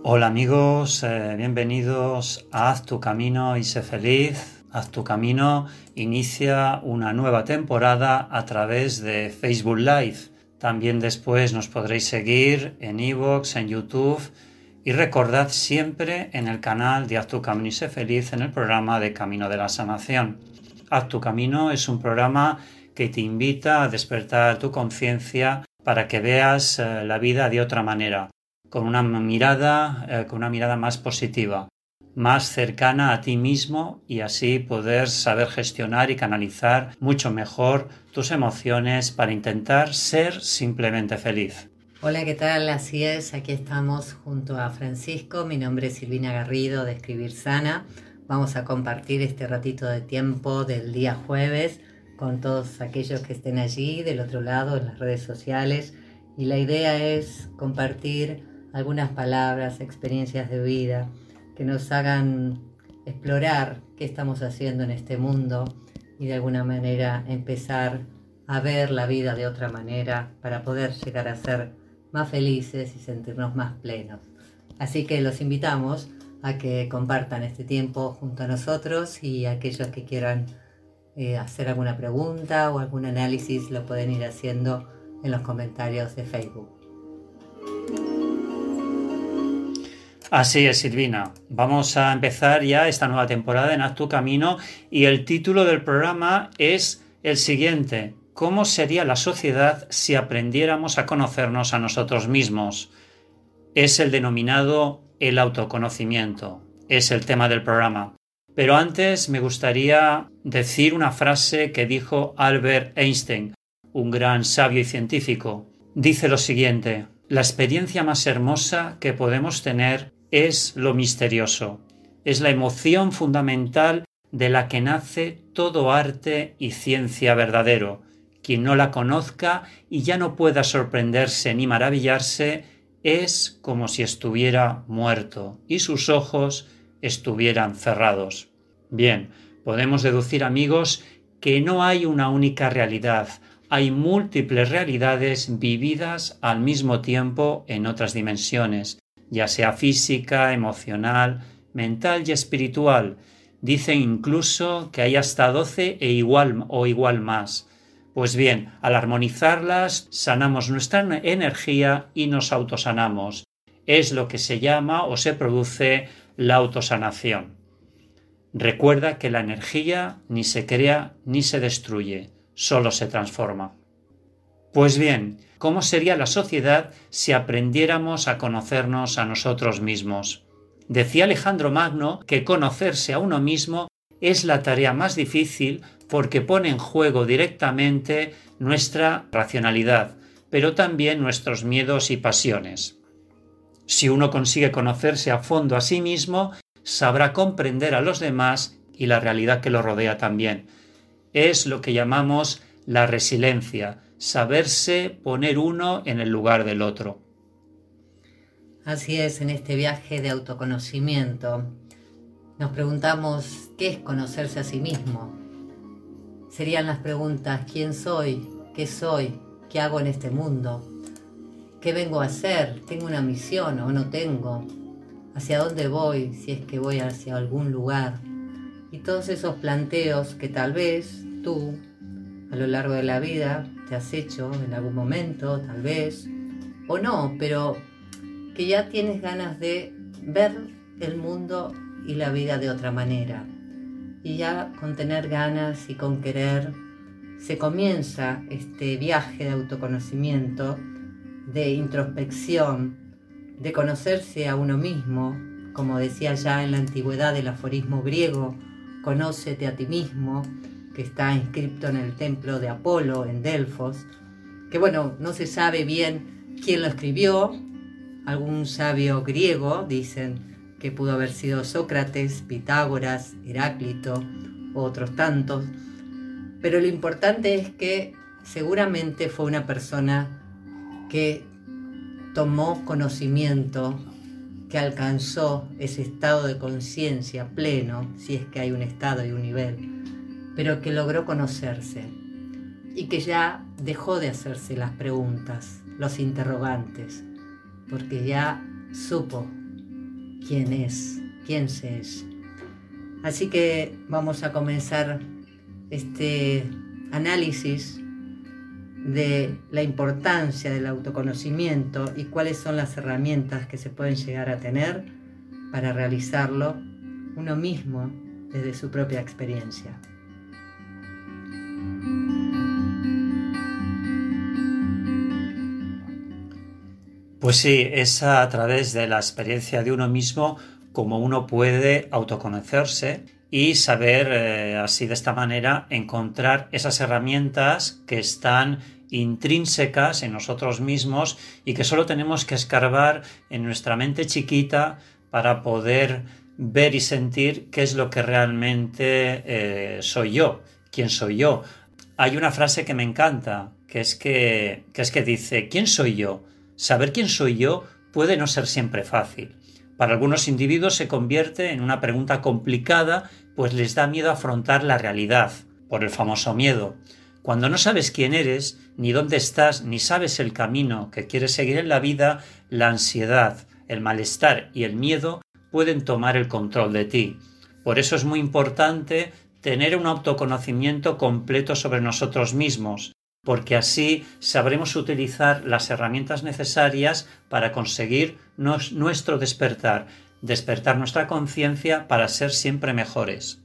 Hola amigos, bienvenidos a Haz tu camino y sé feliz. Haz tu camino inicia una nueva temporada a través de Facebook Live. También después nos podréis seguir en iVoox, en YouTube y recordad siempre en el canal de Haz tu camino y sé feliz en el programa de Camino de la Sanación. Haz tu camino es un programa que te invita a despertar tu conciencia para que veas la vida de otra manera. Con una mirada más positiva, más cercana a ti mismo y así poder saber gestionar y canalizar mucho mejor tus emociones para intentar ser simplemente feliz. Hola, ¿qué tal? Así es, aquí estamos junto a Francisco. Mi nombre es Silvina Garrido de Escribir Sana. Vamos a compartir este ratito de tiempo del día jueves con todos aquellos que estén allí del otro lado en las redes sociales. Y la idea es compartir algunas palabras, experiencias de vida que nos hagan explorar qué estamos haciendo en este mundo y de alguna manera empezar a ver la vida de otra manera para poder llegar a ser más felices y sentirnos más plenos. Así que los invitamos a que compartan este tiempo junto a nosotros y aquellos que quieran hacer alguna pregunta o algún análisis lo pueden ir haciendo en los comentarios de Facebook. Así es, Silvina. Vamos a empezar ya esta nueva temporada en Haz tu camino y el título del programa es el siguiente: ¿cómo sería la sociedad si aprendiéramos a conocernos a nosotros mismos? Es el denominado el autoconocimiento. Es el tema del programa. Pero antes me gustaría decir una frase que dijo Albert Einstein, un gran sabio y científico. Dice lo siguiente: la experiencia más hermosa que podemos tener es lo misterioso. Es la emoción fundamental de la que nace todo arte y ciencia verdadero. Quien no la conozca y ya no pueda sorprenderse ni maravillarse, es como si estuviera muerto y sus ojos estuvieran cerrados. Bien, podemos deducir, amigos, que no hay una única realidad. Hay múltiples realidades vividas al mismo tiempo en otras dimensiones, ya sea física, emocional, mental y espiritual. Dicen incluso que hay hasta 12 igual más. Pues bien, al armonizarlas, sanamos nuestra energía y nos autosanamos. Es lo que se llama o se produce la autosanación. Recuerda que la energía ni se crea ni se destruye, solo se transforma. Pues bien, ¿cómo sería la sociedad si aprendiéramos a conocernos a nosotros mismos? Decía Alejandro Magno que conocerse a uno mismo es la tarea más difícil porque pone en juego directamente nuestra racionalidad, pero también nuestros miedos y pasiones. Si uno consigue conocerse a fondo a sí mismo, sabrá comprender a los demás y la realidad que lo rodea también. Es lo que llamamos la resiliencia, saberse poner uno en el lugar del otro. Así es, en este viaje de autoconocimiento nos preguntamos qué es conocerse a sí mismo. Serían las preguntas: ¿quién soy? ¿Qué hago en este mundo? ¿Qué vengo a hacer? ¿Tengo una misión o no tengo? ¿Hacia dónde voy? Si es que voy hacia algún lugar. Y todos esos planteos que tal vez tú a lo largo de la vida te has hecho en algún momento, tal vez, o no, pero que ya tienes ganas de ver el mundo y la vida de otra manera. Y ya con tener ganas y con querer se comienza este viaje de autoconocimiento, de introspección, de conocerse a uno mismo, como decía ya en la antigüedad el aforismo griego, conócete a ti mismo, que está inscrito en el templo de Apolo en Delfos, que bueno, no se sabe bien quién lo escribió. Algún sabio griego dicen que pudo haber sido Sócrates, Pitágoras, Heráclito u otros tantos, pero lo importante es que seguramente fue una persona que tomó conocimiento, que alcanzó ese estado de conciencia pleno, si es que hay un estado y un nivel, pero que logró conocerse y que ya dejó de hacerse las preguntas, los interrogantes, porque ya supo quién se es. Así que vamos a comenzar este análisis de la importancia del autoconocimiento y cuáles son las herramientas que se pueden llegar a tener para realizarlo uno mismo desde su propia experiencia. Pues sí, es a través de la experiencia de uno mismo como uno puede autoconocerse y saber así de esta manera encontrar esas herramientas que están intrínsecas en nosotros mismos y que solo tenemos que escarbar en nuestra mente chiquita para poder ver y sentir qué es lo que realmente soy yo, quién soy yo. Hay una frase que me encanta, que es que dice, ¿quién soy yo? Saber quién soy yo puede no ser siempre fácil. Para algunos individuos se convierte en una pregunta complicada, pues les da miedo afrontar la realidad, por el famoso miedo. Cuando no sabes quién eres, ni dónde estás, ni sabes el camino que quieres seguir en la vida, la ansiedad, el malestar y el miedo pueden tomar el control de ti. Por eso es muy importante tener un autoconocimiento completo sobre nosotros mismos, porque así sabremos utilizar las herramientas necesarias para conseguir nuestro despertar nuestra conciencia para ser siempre mejores.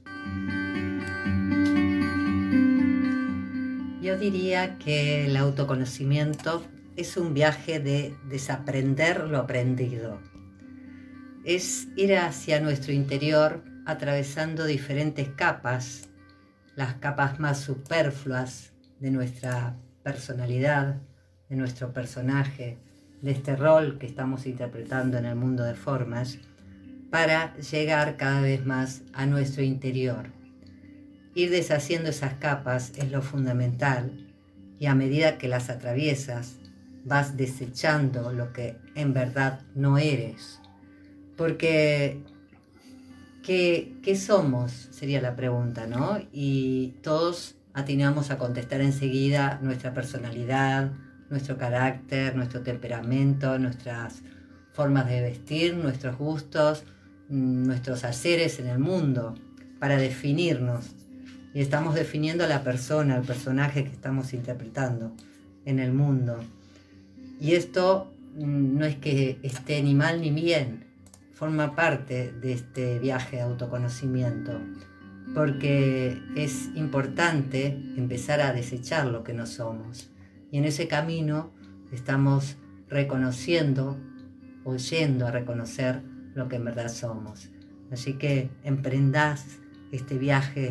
Yo diría que el autoconocimiento es un viaje de desaprender lo aprendido. Es ir hacia nuestro interior atravesando diferentes capas, las capas más superfluas de nuestra personalidad, de nuestro personaje, de este rol que estamos interpretando en el mundo de formas, para llegar cada vez más a nuestro interior. Ir deshaciendo esas capas es lo fundamental, y a medida que las atraviesas, vas desechando lo que en verdad no eres. Porque, ¿qué somos? Sería la pregunta, ¿no? Y todos atinamos a contestar enseguida nuestra personalidad, nuestro carácter, nuestro temperamento, nuestras formas de vestir, nuestros gustos, nuestros haceres en el mundo, para definirnos. Y estamos definiendo a la persona, al personaje que estamos interpretando en el mundo. Y esto no es que esté ni mal ni bien, forma parte de este viaje de autoconocimiento, porque es importante empezar a desechar lo que no somos. Y en ese camino estamos reconociendo o yendo a reconocer lo que en verdad somos. Así que emprendemos este viaje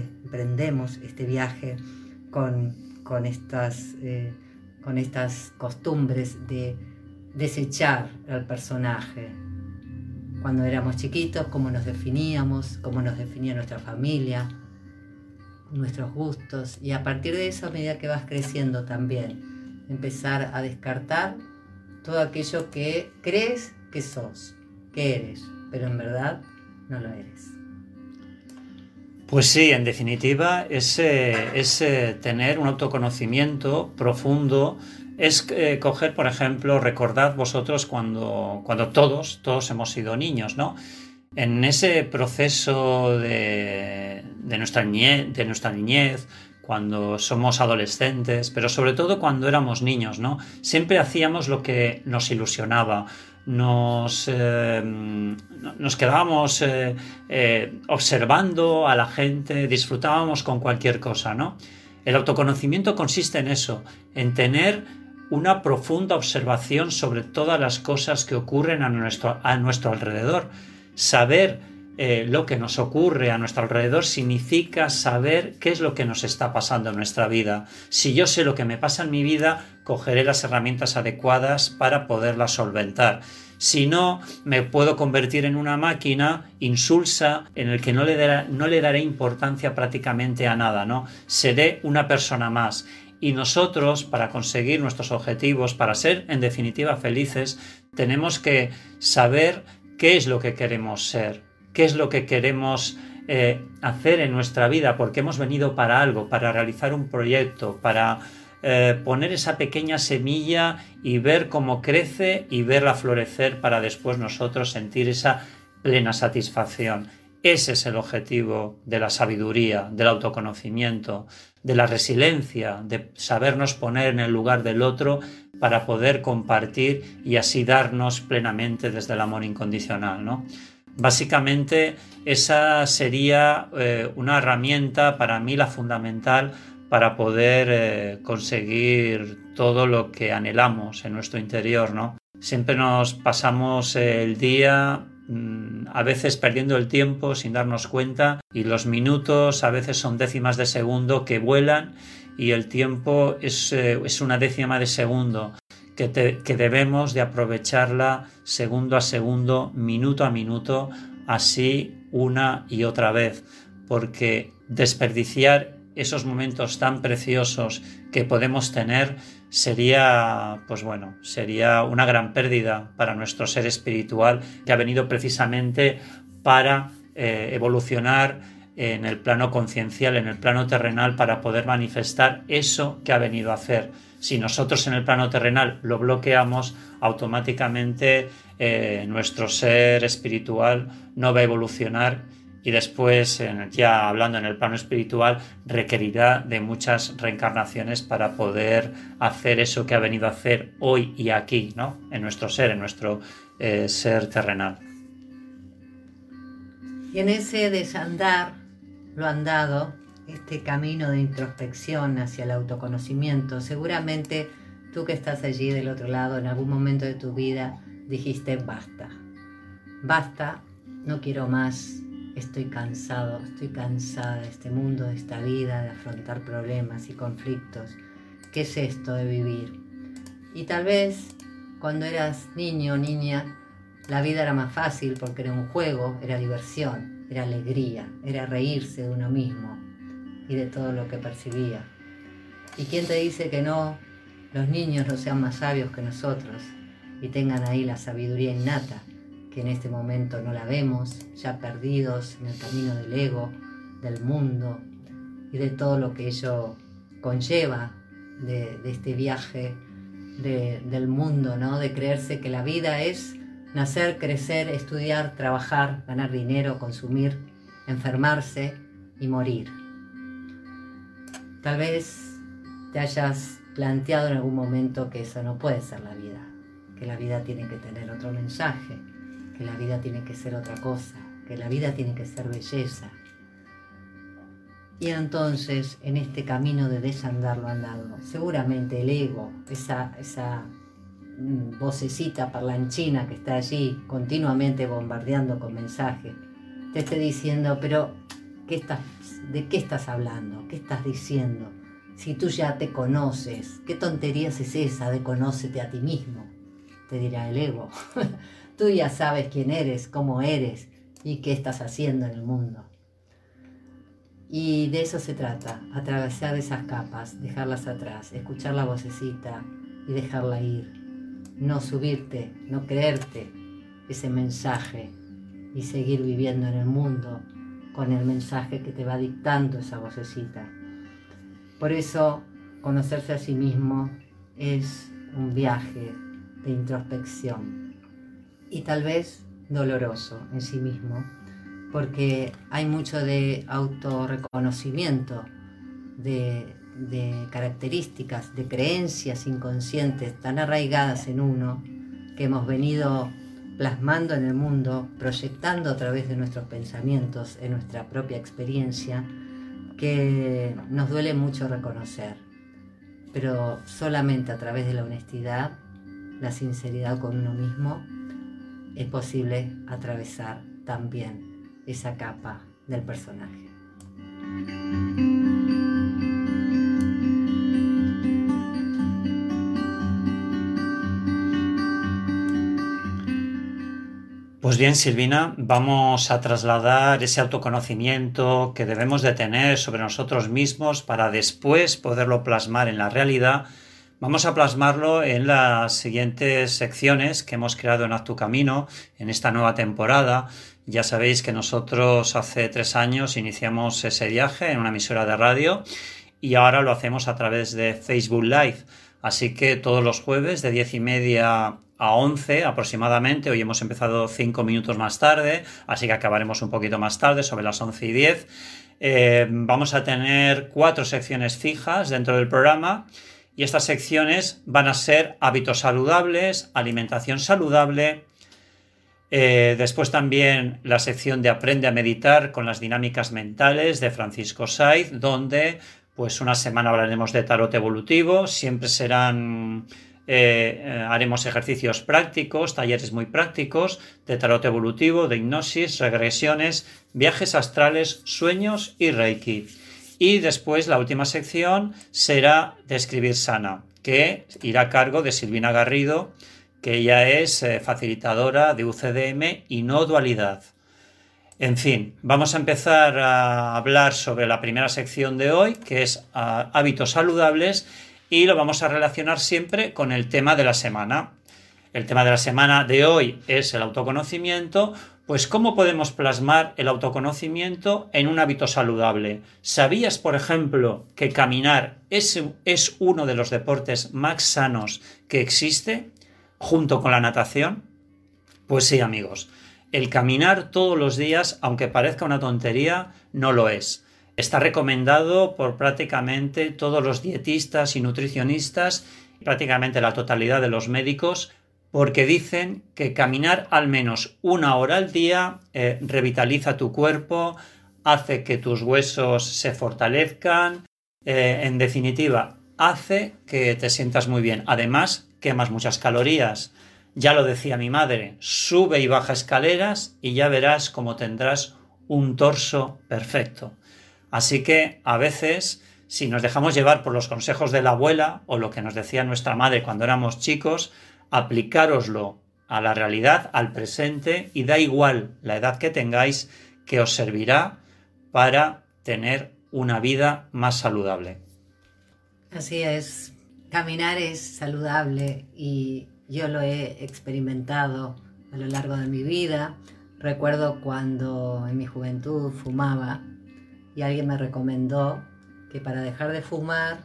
con estas costumbres de desechar al personaje. Cuando éramos chiquitos, cómo nos definíamos, cómo nos definía nuestra familia, nuestros gustos, y a partir de eso, a medida que vas creciendo también, empezar a descartar todo aquello que crees que sos, que eres, pero en verdad no lo eres. Pues sí, en definitiva, es tener un autoconocimiento profundo, es coger, por ejemplo, recordad vosotros cuando todos hemos sido niños, ¿no? En ese proceso de nuestra niñez, cuando somos adolescentes, pero sobre todo cuando éramos niños, ¿no? Siempre hacíamos lo que nos ilusionaba. Nos quedábamos observando a la gente, disfrutábamos con cualquier cosa, ¿no? El autoconocimiento consiste en eso, en tener una profunda observación sobre todas las cosas que ocurren a nuestro alrededor. Saber lo que nos ocurre a nuestro alrededor significa saber qué es lo que nos está pasando en nuestra vida. Si yo sé lo que me pasa en mi vida, cogeré las herramientas adecuadas para poderlas solventar. Si no, me puedo convertir en una máquina insulsa en el que no le daré importancia prácticamente a nada, ¿no? Seré una persona más. Y nosotros, para conseguir nuestros objetivos, para ser en definitiva felices, tenemos que saber qué es lo que queremos ser, qué es lo que queremos hacer en nuestra vida, porque hemos venido para algo, para realizar un proyecto, para poner esa pequeña semilla y ver cómo crece y verla florecer para después nosotros sentir esa plena satisfacción. Ese es el objetivo de la sabiduría, del autoconocimiento, de la resiliencia, de sabernos poner en el lugar del otro para poder compartir y así darnos plenamente desde el amor incondicional, ¿no? Básicamente esa sería una herramienta para mí la fundamental para poder conseguir todo lo que anhelamos en nuestro interior, ¿no? Siempre nos pasamos el día a veces perdiendo el tiempo sin darnos cuenta y los minutos a veces son décimas de segundo que vuelan y el tiempo es una décima de segundo que debemos de aprovecharla segundo a segundo, minuto a minuto, así una y otra vez, porque desperdiciar esos momentos tan preciosos que podemos tener sería una gran pérdida para nuestro ser espiritual que ha venido precisamente para evolucionar en el plano conciencial, en el plano terrenal, para poder manifestar eso que ha venido a hacer. Si nosotros en el plano terrenal lo bloqueamos, automáticamente nuestro ser espiritual no va a evolucionar y después, ya hablando en el plano espiritual, requerirá de muchas reencarnaciones para poder hacer eso que ha venido a hacer hoy y aquí, ¿no? En nuestro ser terrenal. Y en ese desandar lo andado, este camino de introspección hacia el autoconocimiento, seguramente tú que estás allí del otro lado, en algún momento de tu vida dijiste basta, no quiero más. Estoy cansada de este mundo, de esta vida, de afrontar problemas y conflictos. ¿Qué es esto de vivir? Y tal vez cuando eras niño o niña, la vida era más fácil porque era un juego, era diversión, era alegría, era reírse de uno mismo y de todo lo que percibía. ¿Y quién te dice que no, los niños no sean más sabios que nosotros y tengan ahí la sabiduría innata? Que en este momento no la vemos, ya perdidos en el camino del ego, del mundo y de todo lo que ello conlleva de este viaje del mundo, ¿no? De creerse que la vida es nacer, crecer, estudiar, trabajar, ganar dinero, consumir, enfermarse y morir. Tal vez te hayas planteado en algún momento que eso no puede ser la vida, que la vida tiene que tener otro mensaje, que la vida tiene que ser otra cosa, que la vida tiene que ser belleza. Y entonces, en este camino de desandar lo andado, seguramente el ego, esa vocecita parlanchina que está allí continuamente bombardeando con mensajes, te esté diciendo, pero ¿de qué estás hablando? ¿Qué estás diciendo? Si tú ya te conoces, ¿qué tonterías es esa de conócete a ti mismo? Te dirá el ego. Tú ya sabes quién eres, cómo eres y qué estás haciendo en el mundo. Y de eso se trata, atravesar esas capas, dejarlas atrás, escuchar la vocecita y dejarla ir. No subirte, no creerte ese mensaje y seguir viviendo en el mundo con el mensaje que te va dictando esa vocecita. Por eso, conocerse a sí mismo es un viaje de introspección. Y tal vez doloroso en sí mismo, porque hay mucho de autorreconocimiento, de características, de creencias inconscientes tan arraigadas en uno que hemos venido plasmando en el mundo, proyectando a través de nuestros pensamientos en nuestra propia experiencia, que nos duele mucho reconocer, pero solamente a través de la honestidad, la sinceridad con uno mismo, es posible atravesar también esa capa del personaje. Pues bien, Silvina, vamos a trasladar ese autoconocimiento que debemos de tener sobre nosotros mismos para después poderlo plasmar en la realidad. Vamos a plasmarlo en las siguientes secciones que hemos creado en Haz tu Camino, en esta nueva temporada. Ya sabéis que nosotros hace 3 años iniciamos ese viaje en una emisora de radio y ahora lo hacemos a través de Facebook Live. Así que todos los jueves de 10:30 a 11 aproximadamente, hoy hemos empezado 5 minutos más tarde, así que acabaremos un poquito más tarde, sobre las 11:10. Vamos a tener 4 secciones fijas dentro del programa y estas secciones van a ser hábitos saludables, alimentación saludable. Después también la sección de Aprende a meditar con las dinámicas mentales de Francisco Saiz, donde pues una semana hablaremos de tarot evolutivo, siempre haremos ejercicios prácticos, talleres muy prácticos de tarot evolutivo, de hipnosis, regresiones, viajes astrales, sueños y Reiki. Y después la última sección será de Escribir Sana, que irá a cargo de Silvina Garrido, que ella es facilitadora de UCDM y no dualidad. En fin, vamos a empezar a hablar sobre la primera sección de hoy, que es hábitos saludables, y lo vamos a relacionar siempre con el tema de la semana. El tema de la semana de hoy es el autoconocimiento. Pues ¿cómo podemos plasmar el autoconocimiento en un hábito saludable? ¿Sabías, por ejemplo, que caminar es uno de los deportes más sanos que existe, junto con la natación? Pues sí, amigos. El caminar todos los días, aunque parezca una tontería, no lo es. Está recomendado por prácticamente todos los dietistas y nutricionistas, prácticamente la totalidad de los médicos, porque dicen que caminar al menos 1 hora al día revitaliza tu cuerpo, hace que tus huesos se fortalezcan, en definitiva, hace que te sientas muy bien. Además, quemas muchas calorías. Ya lo decía mi madre, sube y baja escaleras y ya verás cómo tendrás un torso perfecto. Así que a veces, si nos dejamos llevar por los consejos de la abuela o lo que nos decía nuestra madre cuando éramos chicos, aplicároslo a la realidad, al presente, y da igual la edad que tengáis, que os servirá para tener una vida más saludable. Así es, caminar es saludable y yo lo he experimentado a lo largo de mi vida. Recuerdo cuando en mi juventud fumaba y alguien me recomendó que para dejar de fumar,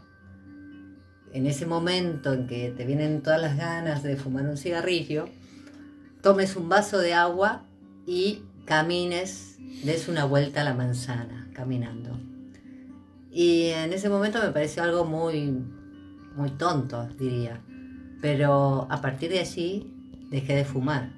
en ese momento en que te vienen todas las ganas de fumar un cigarrillo, tomes un vaso de agua y camines, des una vuelta a la manzana caminando. Y en ese momento me pareció algo muy, muy tonto, diría. Pero a partir de allí dejé de fumar.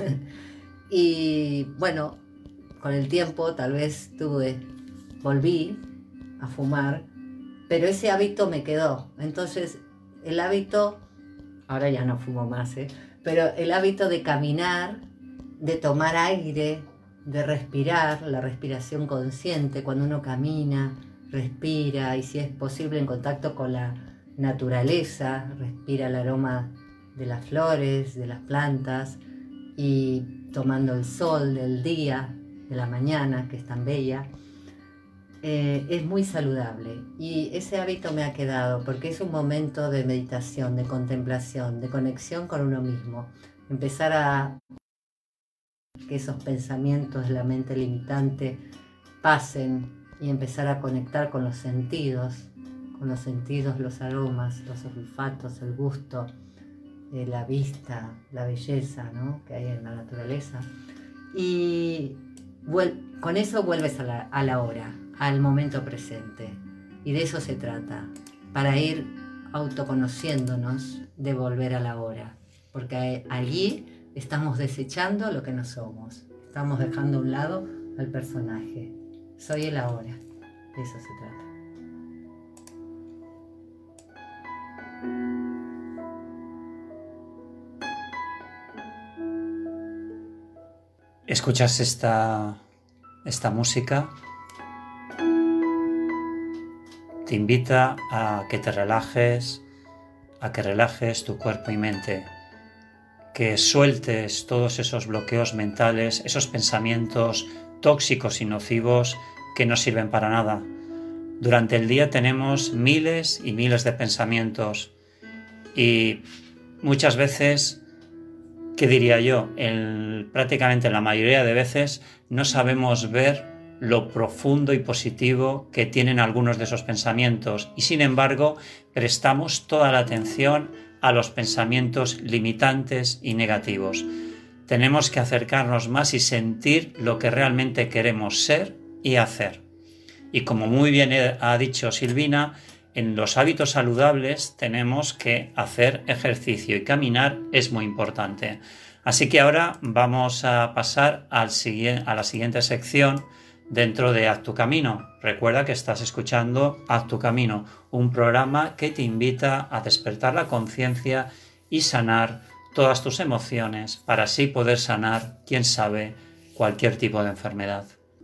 Y bueno, con el tiempo tal vez volví a fumar, pero ese hábito me quedó. Entonces el hábito, ahora ya no fumo más, pero el hábito de caminar, de tomar aire, de respirar, la respiración consciente, cuando uno camina, respira y si es posible en contacto con la naturaleza, respira el aroma de las flores, de las plantas y tomando el sol del día, de la mañana, que es tan bella, es muy saludable y ese hábito me ha quedado porque es un momento de meditación, de contemplación, de conexión con uno mismo. Empezar a que esos pensamientos de la mente limitante pasen y empezar a conectar con los sentidos, los aromas, los olfatos, el gusto, la vista, la belleza, ¿no?, que hay en la naturaleza. Y con eso vuelves a la hora, al momento presente. Y de eso se trata, para ir autoconociéndonos de volver a la hora. Porque allí estamos desechando lo que no somos. Estamos dejando a un lado al personaje. Soy el ahora. De eso se trata. ¿Escuchas esta música? Te invita a que te relajes, a que relajes tu cuerpo y mente, que sueltes todos esos bloqueos mentales, esos pensamientos tóxicos y nocivos que no sirven para nada. Durante el día tenemos miles y miles de pensamientos y muchas veces, ¿qué diría yo? Prácticamente la mayoría de veces no sabemos ver lo profundo y positivo que tienen algunos de esos pensamientos y sin embargo prestamos toda la atención a los pensamientos limitantes y negativos. Tenemos que acercarnos más y sentir lo que realmente queremos ser y hacer. Y como muy bien ha dicho Silvina, en los hábitos saludables tenemos que hacer ejercicio y caminar es muy importante. Así que ahora vamos a pasar a la siguiente sección dentro de Haz tu Camino. Recuerda que estás escuchando Haz tu Camino, un programa que te invita a despertar la conciencia y sanar todas tus emociones para así poder sanar, quién sabe, cualquier tipo de enfermedad.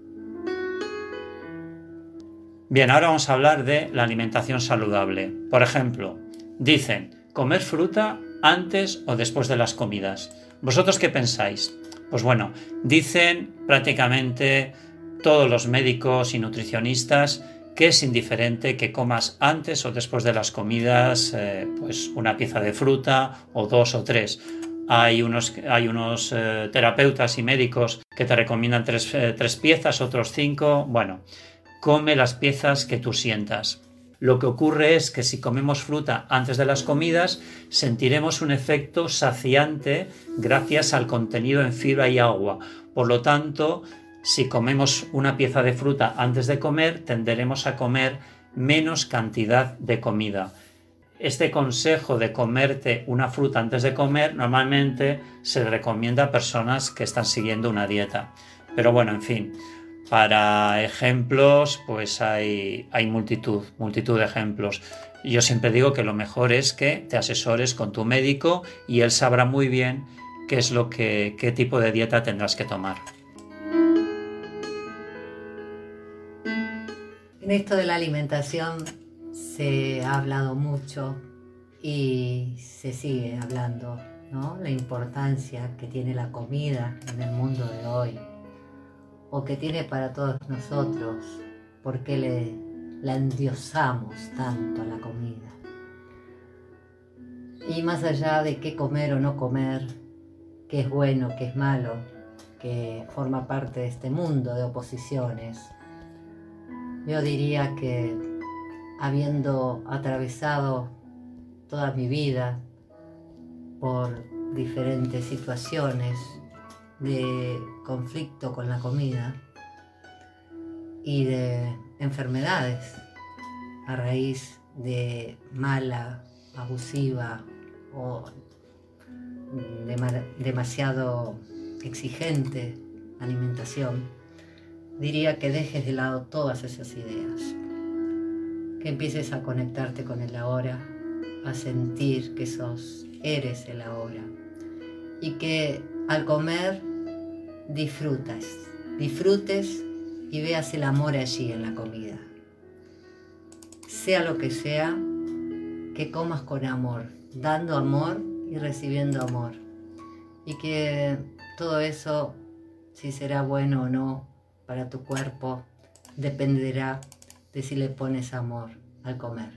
Bien, ahora vamos a hablar de la alimentación saludable. Por ejemplo, dicen comer fruta antes o después de las comidas. ¿Vosotros qué pensáis? Pues bueno, dicen prácticamente todos los médicos y nutricionistas que es indiferente que comas antes o después de las comidas pues una pieza de fruta o 2 o 3. Hay unos terapeutas y médicos que te recomiendan 3 piezas, otros 5. Bueno, come las piezas que tú sientas. Lo que ocurre es que si comemos fruta antes de las comidas, sentiremos un efecto saciante gracias al contenido en fibra y agua. Por lo tanto, si comemos una pieza de fruta antes de comer, tenderemos a comer menos cantidad de comida. Este consejo de comerte una fruta antes de comer normalmente se le recomienda a personas que están siguiendo una dieta. Pero bueno, en fin, para ejemplos pues hay multitud de ejemplos. Yo siempre digo que lo mejor es que te asesores con tu médico y él sabrá muy bien qué tipo de dieta tendrás que tomar. En esto de la alimentación se ha hablado mucho y se sigue hablando, ¿no? La importancia que tiene la comida en el mundo de hoy, o que tiene para todos nosotros, porque la endiosamos tanto a la comida. Y más allá de qué comer o no comer, qué es bueno, qué es malo, que forma parte de este mundo de oposiciones, yo diría que habiendo atravesado toda mi vida por diferentes situaciones de conflicto con la comida y de enfermedades a raíz de mala, abusiva o demasiado exigente alimentación, diría que dejes de lado todas esas ideas, que empieces a conectarte con el ahora, a sentir que eres el ahora y que al comer disfrutes y veas el amor allí en la comida. Sea lo que sea, que comas con amor, dando amor y recibiendo amor. Y que todo eso, si será bueno o no para tu cuerpo, dependerá de si le pones amor al comer.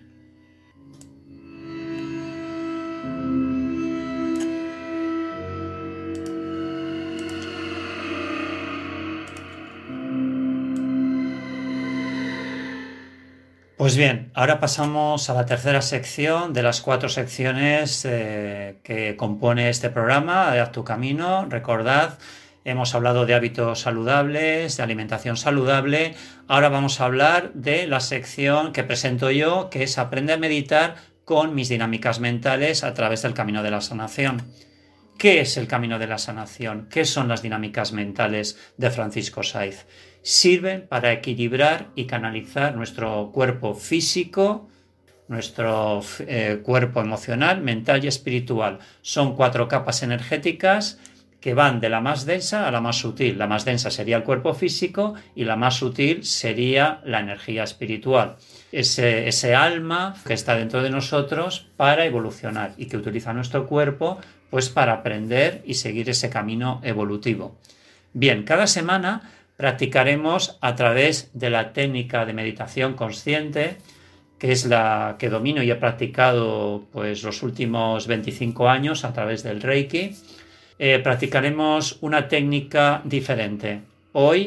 Pues bien, ahora pasamos a la tercera sección de las 4 secciones que compone este programa de Haz tu Camino. Recordad, hemos hablado de hábitos saludables, de alimentación saludable. Ahora vamos a hablar de la sección que presento yo, que es Aprende a meditar con mis dinámicas mentales a través del camino de la sanación. ¿Qué es el camino de la sanación? ¿Qué son las dinámicas mentales de Francisco Saiz? Sirven para equilibrar y canalizar nuestro cuerpo físico, nuestro cuerpo emocional, mental y espiritual. Son 4 capas energéticas que van de la más densa a la más sutil. La más densa sería el cuerpo físico y la más sutil sería la energía espiritual. Ese alma que está dentro de nosotros para evolucionar y que utiliza nuestro cuerpo pues para aprender y seguir ese camino evolutivo. Bien, cada semana practicaremos a través de la técnica de meditación consciente, que es la que domino y he practicado pues los últimos 25 años a través del Reiki. Practicaremos una técnica diferente. Hoy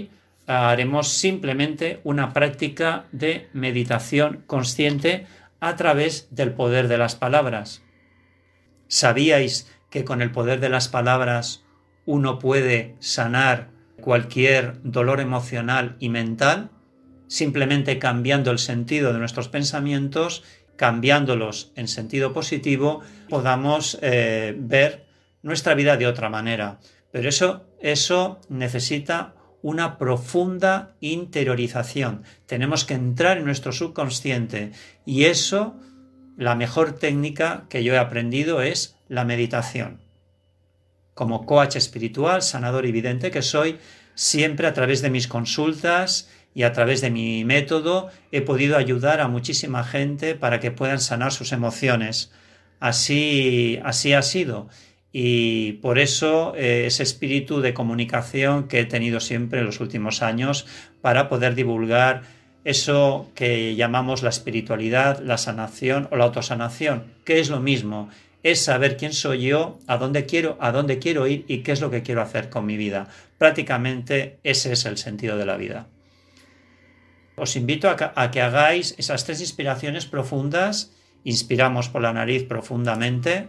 haremos simplemente una práctica de meditación consciente a través del poder de las palabras. ¿Sabíais que con el poder de las palabras uno puede sanar cualquier dolor emocional y mental? Simplemente cambiando el sentido de nuestros pensamientos, cambiándolos en sentido positivo, podamos ver nuestra vida de otra manera. Pero eso necesita una profunda interiorización. Tenemos que entrar en nuestro subconsciente y eso, la mejor técnica que yo he aprendido es la meditación. Como coach espiritual, sanador y vidente que soy, siempre a través de mis consultas y a través de mi método he podido ayudar a muchísima gente para que puedan sanar sus emociones. Así ha sido. Y por eso ese espíritu de comunicación que he tenido siempre en los últimos años para poder divulgar eso que llamamos la espiritualidad, la sanación o la autosanación, que es lo mismo, es saber quién soy yo, a dónde quiero ir y qué es lo que quiero hacer con mi vida. Prácticamente ese es el sentido de la vida. Os invito a que hagáis esas 3 inspiraciones profundas. Inspiramos por la nariz profundamente.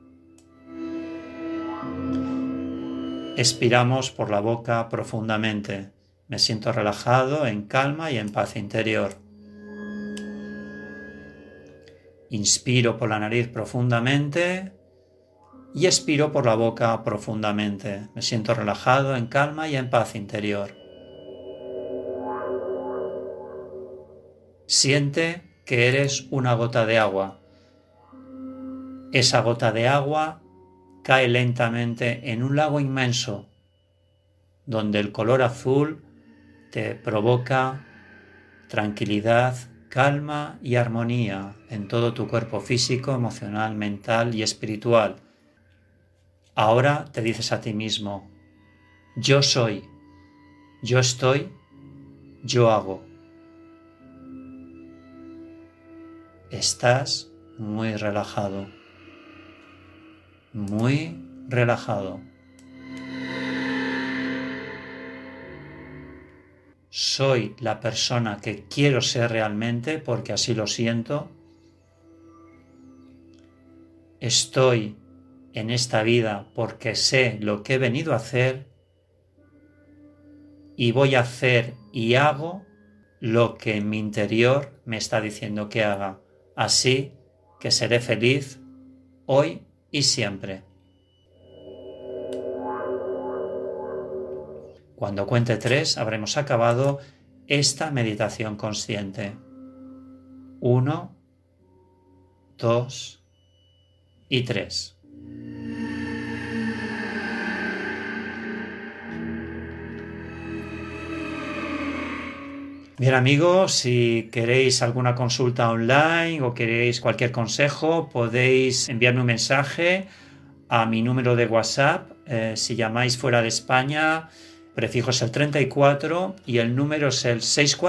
Expiramos por la boca profundamente. Me siento relajado, en calma y en paz interior. Inspiro por la nariz profundamente y expiro por la boca profundamente. Me siento relajado, en calma y en paz interior. Siente que eres una gota de agua. Esa gota de agua cae lentamente en un lago inmenso, donde el color azul te provoca tranquilidad, calma y armonía en todo tu cuerpo físico, emocional, mental y espiritual. Ahora te dices a ti mismo, yo soy, yo estoy, yo hago. Estás muy relajado, muy relajado. Soy la persona que quiero ser realmente porque así lo siento. Estoy en esta vida porque sé lo que he venido a hacer y voy a hacer y hago lo que en mi interior me está diciendo que haga. Así que seré feliz hoy y siempre. Cuando cuente 3 habremos acabado esta meditación consciente. 1, 2 y 3. Bien amigos, si queréis alguna consulta online o queréis cualquier consejo, podéis enviarme un mensaje a mi número de WhatsApp. Si llamáis fuera de España, prefijo es el 34 y el número es el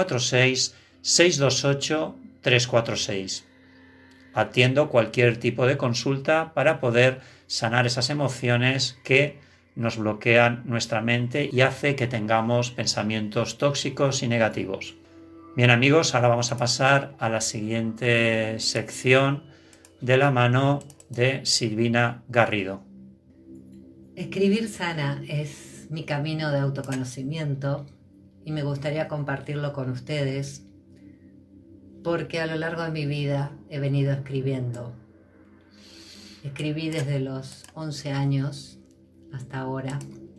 646-628-346. Atiendo cualquier tipo de consulta para poder sanar esas emociones que nos bloquean nuestra mente y hace que tengamos pensamientos tóxicos y negativos. Bien amigos, ahora vamos a pasar a la siguiente sección de la mano de Silvina Garrido. Escribir sana es mi camino de autoconocimiento y me gustaría compartirlo con ustedes porque a lo largo de mi vida he venido escribiendo. Escribí desde los 11 años hasta ahora,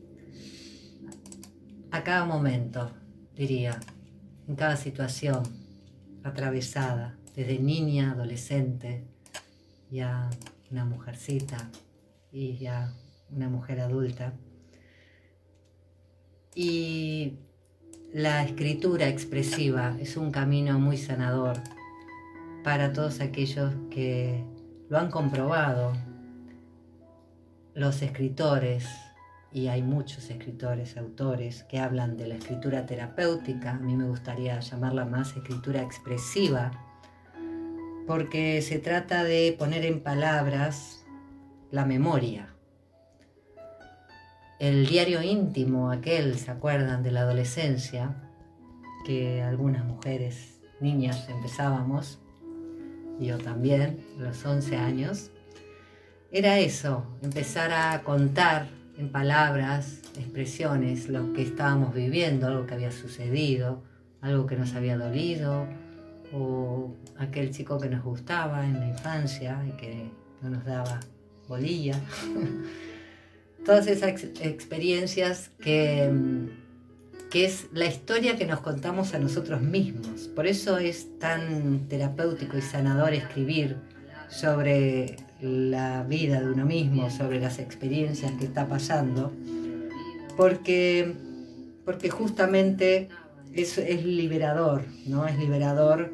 a cada momento, diría, en cada situación atravesada, desde niña, adolescente, ya una mujercita y ya una mujer adulta. Y la escritura expresiva es un camino muy sanador para todos aquellos que lo han comprobado. Los escritores, y hay muchos escritores, autores, que hablan de la escritura terapéutica. A mí me gustaría llamarla más escritura expresiva, porque se trata de poner en palabras la memoria. El diario íntimo, aquel, ¿se acuerdan?, de la adolescencia, que algunas mujeres, niñas, empezábamos, yo también, a los 11 años, era eso, empezar a contar en palabras, expresiones, lo que estábamos viviendo, algo que había sucedido, algo que nos había dolido, o aquel chico que nos gustaba en la infancia y que no nos daba bolilla. Todas esas experiencias que es la historia que nos contamos a nosotros mismos. Por eso es tan terapéutico y sanador escribir sobre la vida de uno mismo, sobre las experiencias que está pasando, porque justamente es liberador, ¿no? Es liberador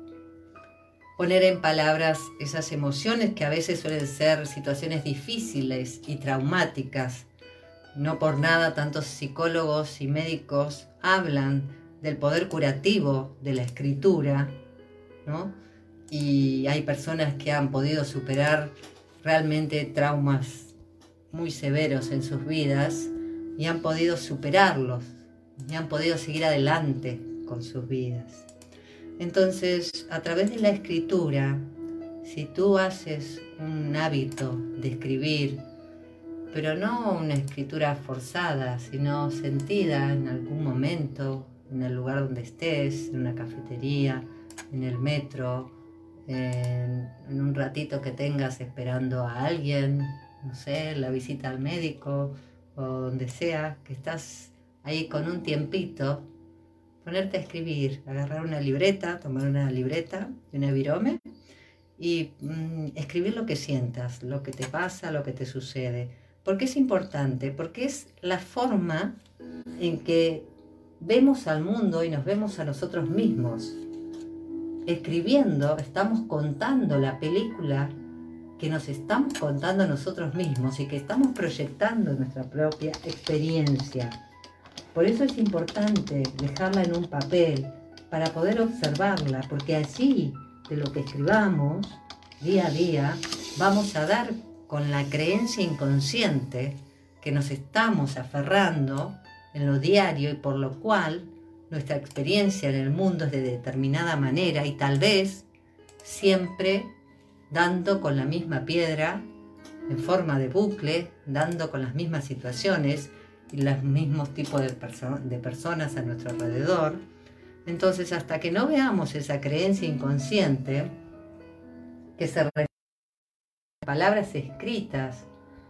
poner en palabras esas emociones que a veces suelen ser situaciones difíciles y traumáticas. No por nada tantos psicólogos y médicos hablan del poder curativo de la escritura, ¿no? Y hay personas que han podido superar realmente traumas muy severos en sus vidas y han podido superarlos y han podido seguir adelante con sus vidas. Entonces, a través de la escritura, si tú haces un hábito de escribir, pero no una escritura forzada, sino sentida en algún momento, en el lugar donde estés, en una cafetería, en el metro, en un ratito que tengas esperando a alguien, no sé, la visita al médico o donde sea, que estás ahí con un tiempito, ponerte a escribir, agarrar una libreta, tomar una libreta y una virome y escribir lo que sientas, lo que te pasa, lo que te sucede. ¿Por qué es importante? Porque es la forma en que vemos al mundo y nos vemos a nosotros mismos. Escribiendo estamos contando la película que nos estamos contando a nosotros mismos y que estamos proyectando en nuestra propia experiencia. Por eso es importante dejarla en un papel para poder observarla, porque así, de lo que escribamos día a día, vamos a dar con la creencia inconsciente que nos estamos aferrando en lo diario y por lo cual nuestra experiencia en el mundo es de determinada manera y tal vez siempre dando con la misma piedra en forma de bucle, dando con las mismas situaciones y los mismos tipos de personas a nuestro alrededor. Entonces, hasta que no veamos esa creencia inconsciente que se refiere a palabras escritas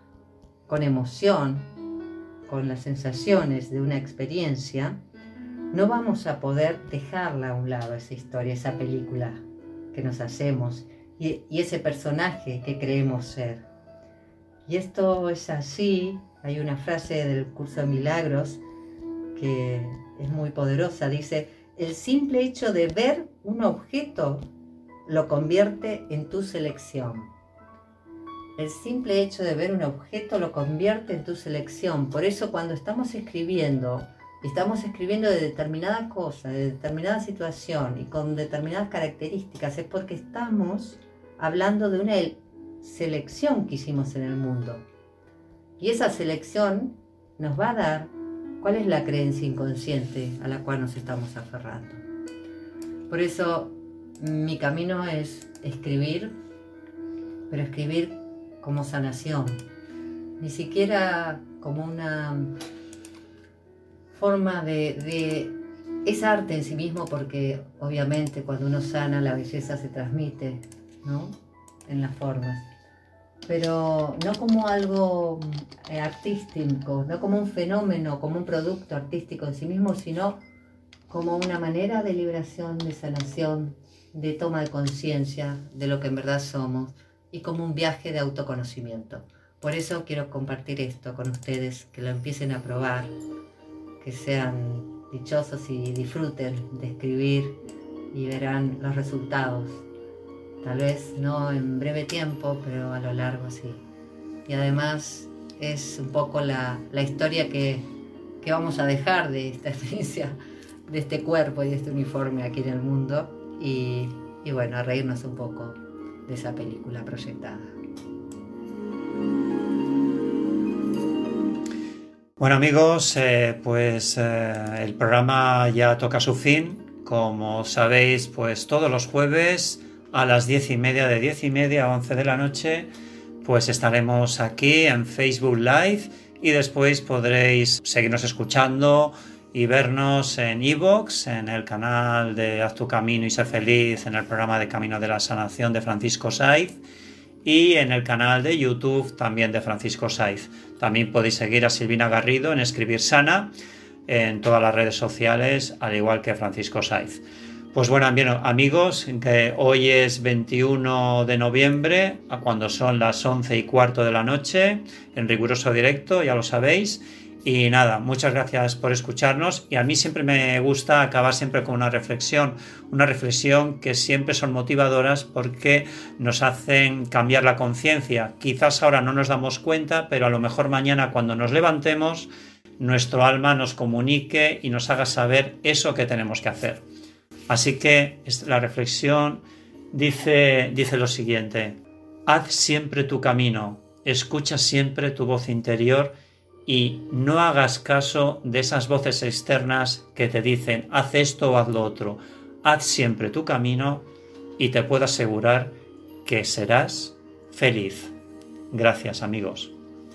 con emoción, con las sensaciones de una experiencia, no vamos a poder dejarla a un lado, esa historia, esa película que nos hacemos y ese personaje que creemos ser. Y esto es así. Hay una frase del curso de milagros que es muy poderosa, dice: el simple hecho de ver un objeto lo convierte en tu selección. El simple hecho de ver un objeto lo convierte en tu selección. Por eso cuando estamos escribiendo de determinada cosa, de determinada situación y con determinadas características, es porque estamos hablando de una selección que hicimos en el mundo. Y esa selección nos va a dar cuál es la creencia inconsciente a la cual nos estamos aferrando. Por eso mi camino es escribir, pero escribir como sanación, ni siquiera como una forma es arte en sí mismo, porque obviamente cuando uno sana la belleza se transmite, ¿no? En las formas, pero no como algo artístico, no como un fenómeno, como un producto artístico en sí mismo, sino como una manera de liberación, de sanación, de toma de conciencia de lo que en verdad somos y como un viaje de autoconocimiento. Por eso quiero compartir esto con ustedes, que lo empiecen a probar, que sean dichosos y disfruten de escribir y verán los resultados. Tal vez no en breve tiempo, pero a lo largo sí. Y además es un poco la historia que vamos a dejar de esta experiencia, de este cuerpo y de este uniforme aquí en el mundo. Y bueno, a reírnos un poco de esa película proyectada. Bueno amigos, el programa ya toca su fin. Como sabéis, pues todos los jueves a las 10:30, de 10:30 a 11 de la noche, pues estaremos aquí en Facebook Live y después podréis seguirnos escuchando y vernos en iVoox, en el canal de Haz tu Camino y Sé Feliz, en el programa de Camino de la Sanación de Francisco Saiz, y en el canal de YouTube también de Francisco Saiz. También podéis seguir a Silvina Garrido en Escribir Sana en todas las redes sociales, al igual que Francisco Saiz. Pues bueno, amigos, que hoy es 21 de noviembre, cuando son las 11:15 de la noche, en riguroso directo, ya lo sabéis. Y nada, muchas gracias por escucharnos, y a mí siempre me gusta acabar siempre con una reflexión que siempre son motivadoras porque nos hacen cambiar la conciencia. Quizás ahora no nos damos cuenta, pero a lo mejor mañana cuando nos levantemos, nuestro alma nos comunique y nos haga saber eso que tenemos que hacer. Así que la reflexión dice lo siguiente: haz siempre tu camino, escucha siempre tu voz interior y no hagas caso de esas voces externas que te dicen haz esto o haz lo otro. Haz siempre tu camino y te puedo asegurar que serás feliz. Gracias, amigos.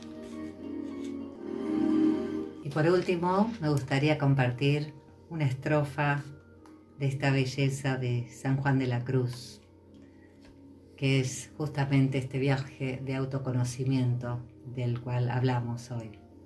Y por último, me gustaría compartir una estrofa de esta belleza de San Juan de la Cruz, que es justamente este viaje de autoconocimiento del cual hablamos hoy.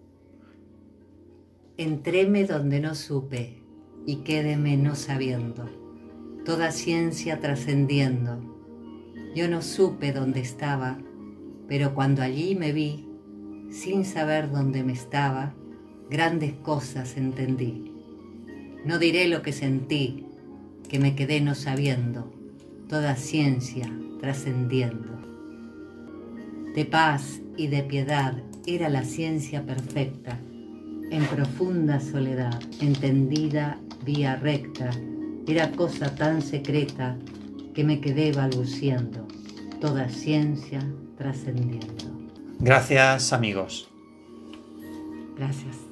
Entréme donde no supe y quédeme no sabiendo, toda ciencia trascendiendo. Yo no supe dónde estaba, pero cuando allí me vi, sin saber dónde me estaba, grandes cosas entendí. No diré lo que sentí, que me quedé no sabiendo, toda ciencia trascendiendo. De paz y de piedad era la ciencia perfecta, en profunda soledad, entendida vía recta, era cosa tan secreta que me quedé balbuciendo, toda ciencia trascendiendo. Gracias, amigos. Gracias.